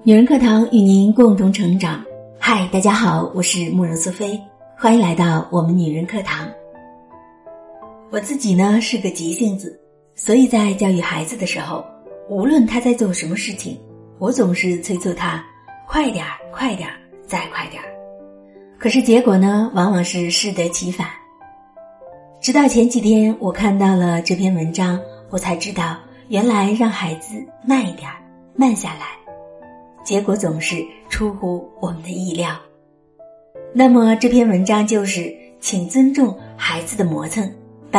女人课堂与您共同成长。嗨，大家好，我是慕容苏菲，欢迎来到我们女人课堂。我自己呢是个急性子，所以在教育孩子的时候，无论他在做什么事情，我总是催促他快点儿，快点儿，再快点儿。可是结果呢，往往是适得其反。直到前几天我看到了这篇文章，我才知道原来让孩子慢一点，慢下来，结果总是出乎我们的意料。那么这篇文章就是请尊重孩子的磨蹭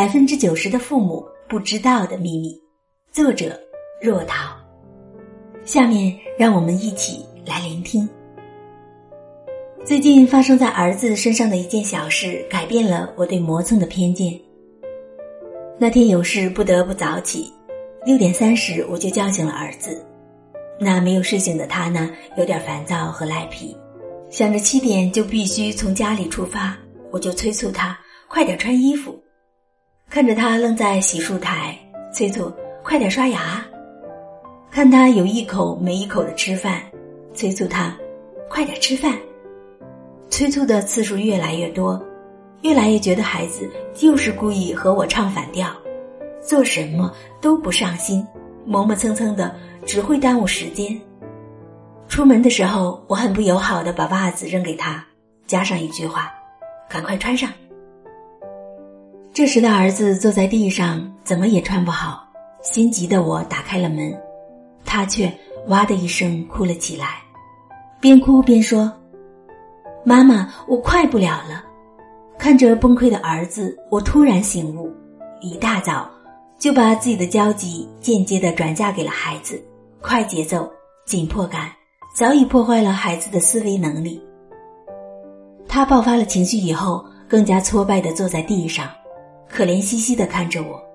，90%的父母不知道的秘密，作者若桃。下面让我们一起来聆听。最近发生在儿子身上的一件小事改变了我对磨蹭的偏见。那天有事不得不早起，6点30我就叫醒了儿子。那没有睡醒的他呢，有点烦躁和赖皮，想着7点就必须从家里出发，我就催促他快点穿衣服。看着他愣在洗漱台，催促快点刷牙。看他有一口没一口的吃饭，催促他快点吃饭。催促的次数越来越多，越来越觉得孩子就是故意和我唱反调，做什么都不上心，磨磨蹭蹭的，只会耽误时间。出门的时候，我很不友好地把袜子扔给他，加上一句话赶快穿上。这时的儿子坐在地上，怎么也穿不好，心急的我打开了门，他却哇的一声哭了起来，边哭边说妈妈，我快不了了。看着崩溃的儿子，我突然醒悟，一大早就把自己的焦急间接地转嫁给了孩子，快节奏、紧迫感早已破坏了孩子的思维能力。他爆发了情绪以后，更加挫败地坐在地上，可怜兮兮地看着我。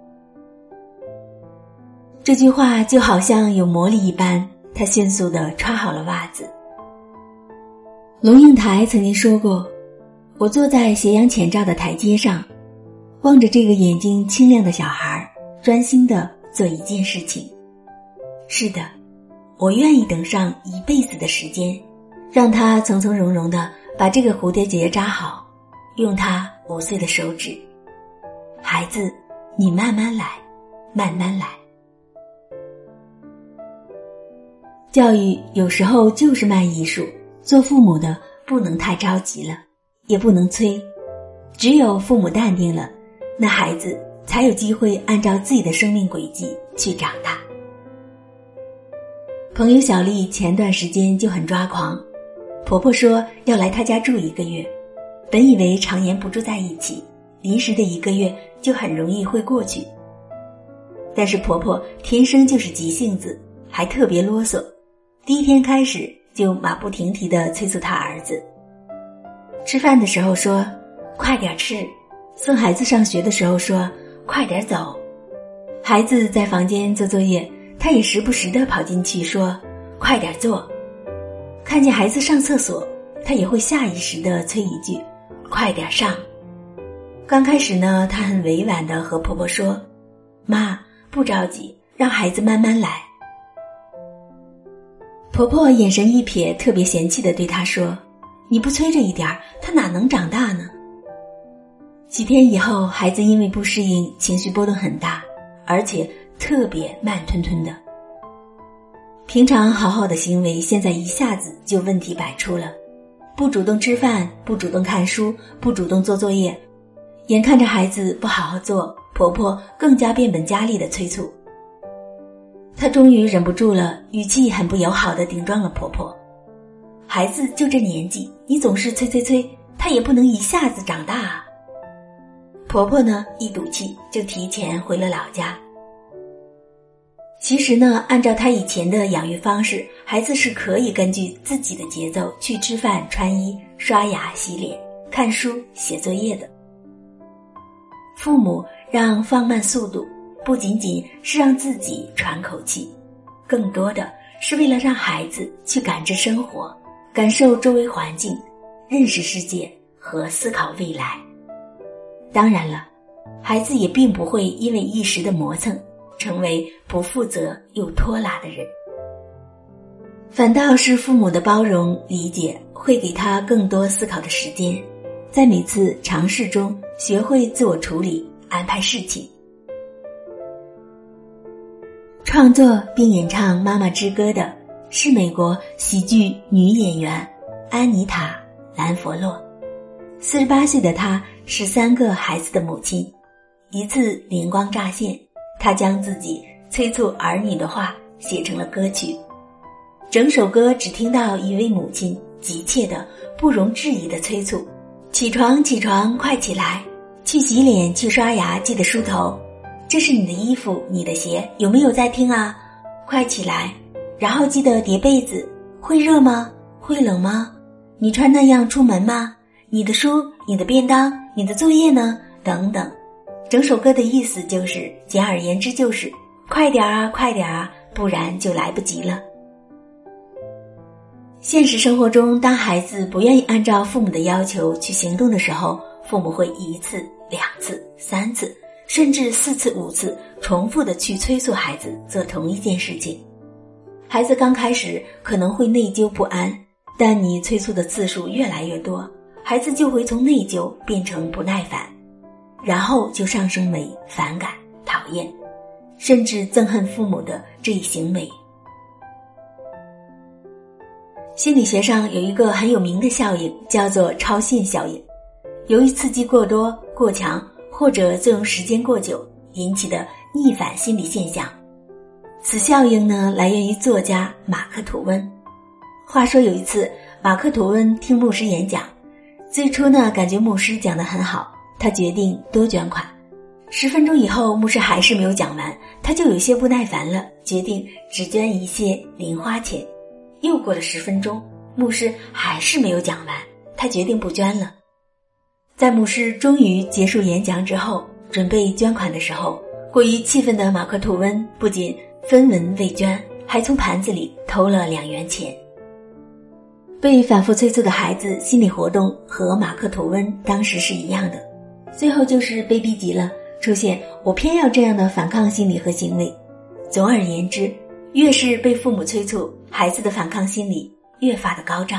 这句话就好像有魔力一般，他迅速地穿好了袜子。龙应台曾经说过，我坐在斜阳前照的台阶上，望着这个眼睛清亮的小孩，专心地做一件事情。是的，我愿意等上一辈子的时间，让他从从容容地把这个蝴蝶结扎好，用他5岁的手指。孩子，你慢慢来，慢慢来。教育有时候就是慢艺术，做父母的不能太着急了，也不能催，只有父母淡定了，那孩子才有机会按照自己的生命轨迹去长大。朋友小丽前段时间就很抓狂，婆婆说要来她家住1个月，本以为常年不住在一起，临时的1个月就很容易会过去。但是婆婆天生就是急性子，还特别啰嗦，第一天开始就马不停蹄地催促他儿子。吃饭的时候说快点吃，送孩子上学的时候说快点走。孩子在房间做作业，他也时不时地跑进去说快点做。看见孩子上厕所，他也会下意识地催一句快点上。刚开始呢，他很委婉地和婆婆说妈，不着急，让孩子慢慢来。婆婆眼神一瞥，特别嫌弃地对她说你不催着一点，他哪能长大呢？几天以后，孩子因为不适应，情绪波动很大，而且特别慢吞吞的。平常好好的行为，现在一下子就问题百出了，不主动吃饭，不主动看书，不主动做作业。眼看着孩子不好好做，婆婆更加变本加厉的催促。她终于忍不住了，语气很不友好地顶撞了婆婆。孩子就这年纪，你总是催，他也不能一下子长大啊。婆婆呢，一赌气就提前回了老家。其实呢，按照她以前的养育方式，孩子是可以根据自己的节奏去吃饭、穿衣、刷牙、洗脸、看书、写作业的。父母让放慢速度，不仅仅是让自己喘口气，更多的是为了让孩子去感知生活，感受周围环境，认识世界和思考未来。当然了，孩子也并不会因为一时的磨蹭成为不负责又拖拉的人。 反倒是父母的包容理解会给他更多思考的时间，在每次尝试中学会自我处理，安排事情。创作并演唱《妈妈之歌》的是美国喜剧女演员安妮塔·兰佛洛。48岁的她是3个孩子的母亲，一次灵光乍现，她将自己催促儿女的话写成了歌曲。整首歌只听到一位母亲急切的、不容置疑的催促：起床，起床，快起来，去洗脸，去刷牙，记得梳头。这是你的衣服，你的鞋，有没有在听啊？快起来，然后记得叠被子。会热吗？会冷吗？你穿那样出门吗？你的书，你的便当，你的作业呢？等等。整首歌的意思就是，简而言之就是快点啊，快点啊，不然就来不及了。现实生活中，当孩子不愿意按照父母的要求去行动的时候，父母会1次、2次、3次，甚至4次、5次重复的去催促孩子做同一件事情。孩子刚开始可能会内疚不安，但你催促的次数越来越多，孩子就会从内疚变成不耐烦，然后就上升为反感、讨厌，甚至憎恨父母的这一行为。心理学上有一个很有名的效应，叫做超限效应。由于刺激过多、过强或者作用时间过久引起的逆反心理现象。此效应呢，来源于作家马克·吐温。话说有一次，马克·吐温听牧师演讲，最初呢感觉牧师讲得很好，他决定多捐款。10分钟以后，牧师还是没有讲完，他就有些不耐烦了，决定只捐一些零花钱。又过了10分钟，牧师还是没有讲完，他决定不捐了。在牧师终于结束演讲之后，准备捐款的时候，过于气愤的马克·吐温不仅分文未捐，还从盘子里偷了2元钱。被反复催促的孩子心理活动和马克·吐温当时是一样的，最后就是被逼急了，出现我偏要这样的反抗心理和行为。总而言之，越是被父母催促，孩子的反抗心理越发的高涨。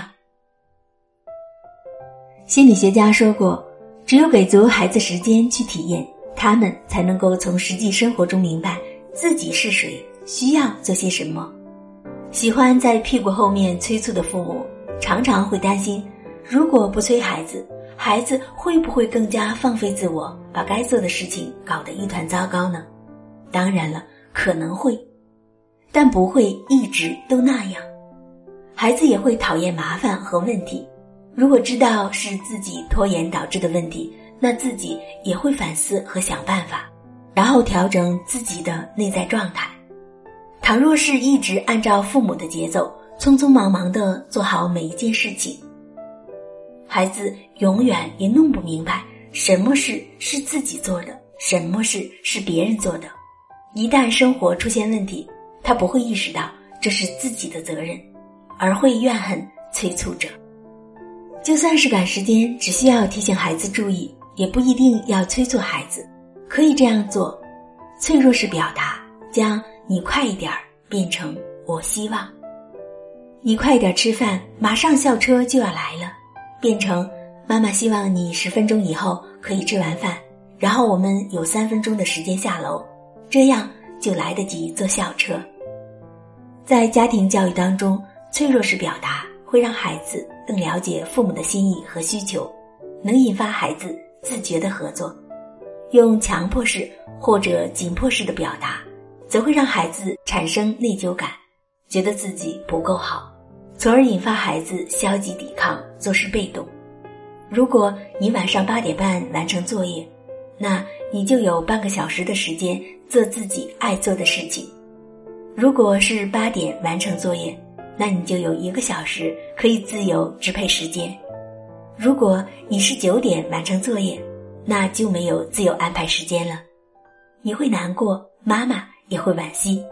心理学家说过，只有给足孩子时间去体验，他们才能够从实际生活中明白自己是谁，需要做些什么。喜欢在屁股后面催促的父母，常常会担心，如果不催孩子，孩子会不会更加放飞自我，把该做的事情搞得一团糟糕呢？当然了，可能会，但不会一直都那样。孩子也会讨厌麻烦和问题，如果知道是自己拖延导致的问题，那自己也会反思和想办法，然后调整自己的内在状态。倘若是一直按照父母的节奏，匆匆忙忙地做好每一件事情，孩子永远也弄不明白什么事是自己做的，什么事是别人做的。一旦生活出现问题，他不会意识到这是自己的责任，而会怨恨催促者。就算是赶时间，只需要提醒孩子注意，也不一定要催促孩子。可以这样做，脆弱式表达，将你快一点变成我希望。你快点吃饭，马上校车就要来了，变成妈妈希望你10分钟以后可以吃完饭，然后我们有3分钟的时间下楼，这样就来得及坐校车。在家庭教育当中，脆弱式表达会让孩子更了解父母的心意和需求，能引发孩子自觉的合作。用强迫式或者紧迫式的表达，则会让孩子产生内疚感，觉得自己不够好，从而引发孩子消极抵抗，做事被动。如果你晚上8点半完成作业，那你就有半个小时的时间做自己爱做的事情。如果是8点完成作业，那你就有1个小时可以自由支配时间。如果你是9点完成作业，那就没有自由安排时间了。你会难过，妈妈也会惋惜。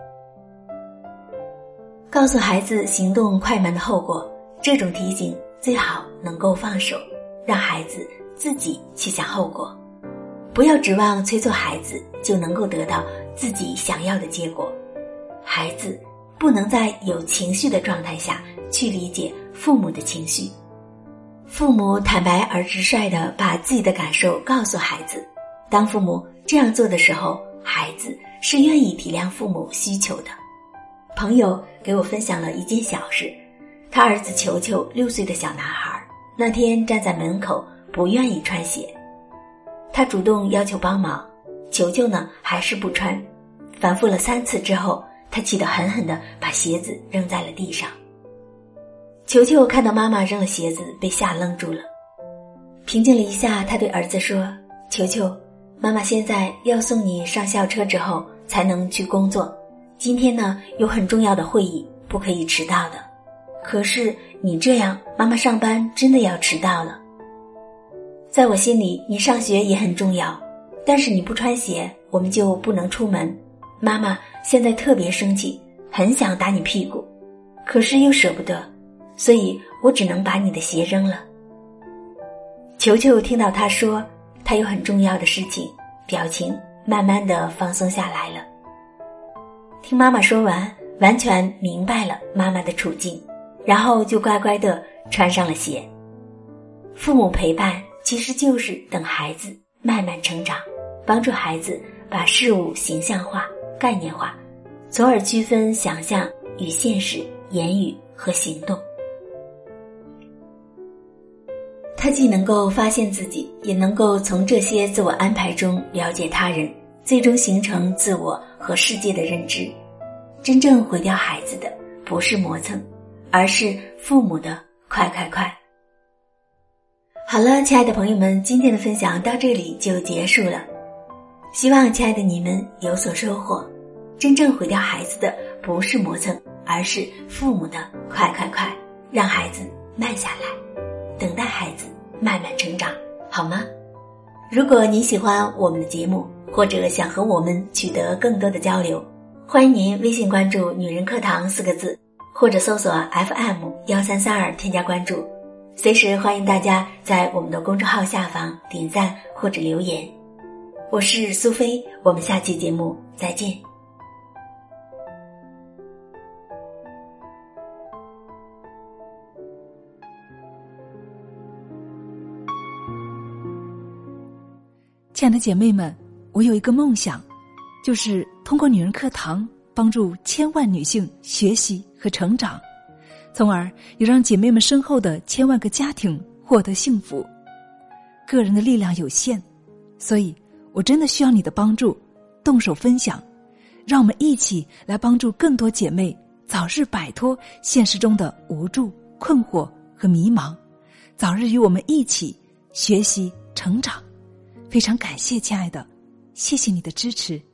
告诉孩子行动快慢的后果，这种提醒最好能够放手，让孩子自己去想后果。不要指望催促孩子就能够得到自己想要的结果，孩子不能在有情绪的状态下去理解父母的情绪。父母坦白而直率地把自己的感受告诉孩子，当父母这样做的时候，孩子是愿意体谅父母需求的。朋友给我分享了一件小事，他儿子球球6岁的小男孩，那天站在门口不愿意穿鞋，他主动要求帮忙，球球呢还是不穿，反复了3次之后，他气得狠狠地把鞋子扔在了地上。球球看到妈妈扔了鞋子，被吓愣住了。平静了一下，他对儿子说，球球，妈妈现在要送你上校车之后才能去工作，今天呢有很重要的会议，不可以迟到的。可是你这样，妈妈上班真的要迟到了。在我心里，你上学也很重要，但是你不穿鞋，我们就不能出门。妈妈现在特别生气，很想打你屁股，可是又舍不得，所以我只能把你的鞋扔了。球球听到他说他有很重要的事情，表情慢慢地放松下来了。听妈妈说完，完全明白了妈妈的处境，然后就乖乖地穿上了鞋。父母陪伴其实就是等孩子慢慢成长，帮助孩子把事物形象化、概念化，从而区分想象与现实、言语和行动。他既能够发现自己，也能够从这些自我安排中了解他人，最终形成自我和世界的认知。真正毁掉孩子的不是磨蹭，而是父母的快快快。好了，亲爱的朋友们，今天的分享到这里就结束了。希望亲爱的你们有所收获。真正毁掉孩子的不是磨蹭，而是父母的快快快，让孩子慢下来，等待孩子慢慢成长，好吗？如果您喜欢我们的节目，或者想和我们取得更多的交流，欢迎您微信关注女人课堂4个字，或者搜索 FM1332 添加关注，随时欢迎大家在我们的公众号下方点赞或者留言。我是苏菲，我们下期节目再见。 亲爱的姐妹们，我有一个梦想，就是通过女人课堂帮助千万女性学习和成长，从而也让姐妹们身后的千万个家庭获得幸福。个人的力量有限，所以我真的需要你的帮助，动手分享，让我们一起来帮助更多姐妹早日摆脱现实中的无助、困惑和迷茫，早日与我们一起学习成长。非常感谢亲爱的，谢谢你的支持。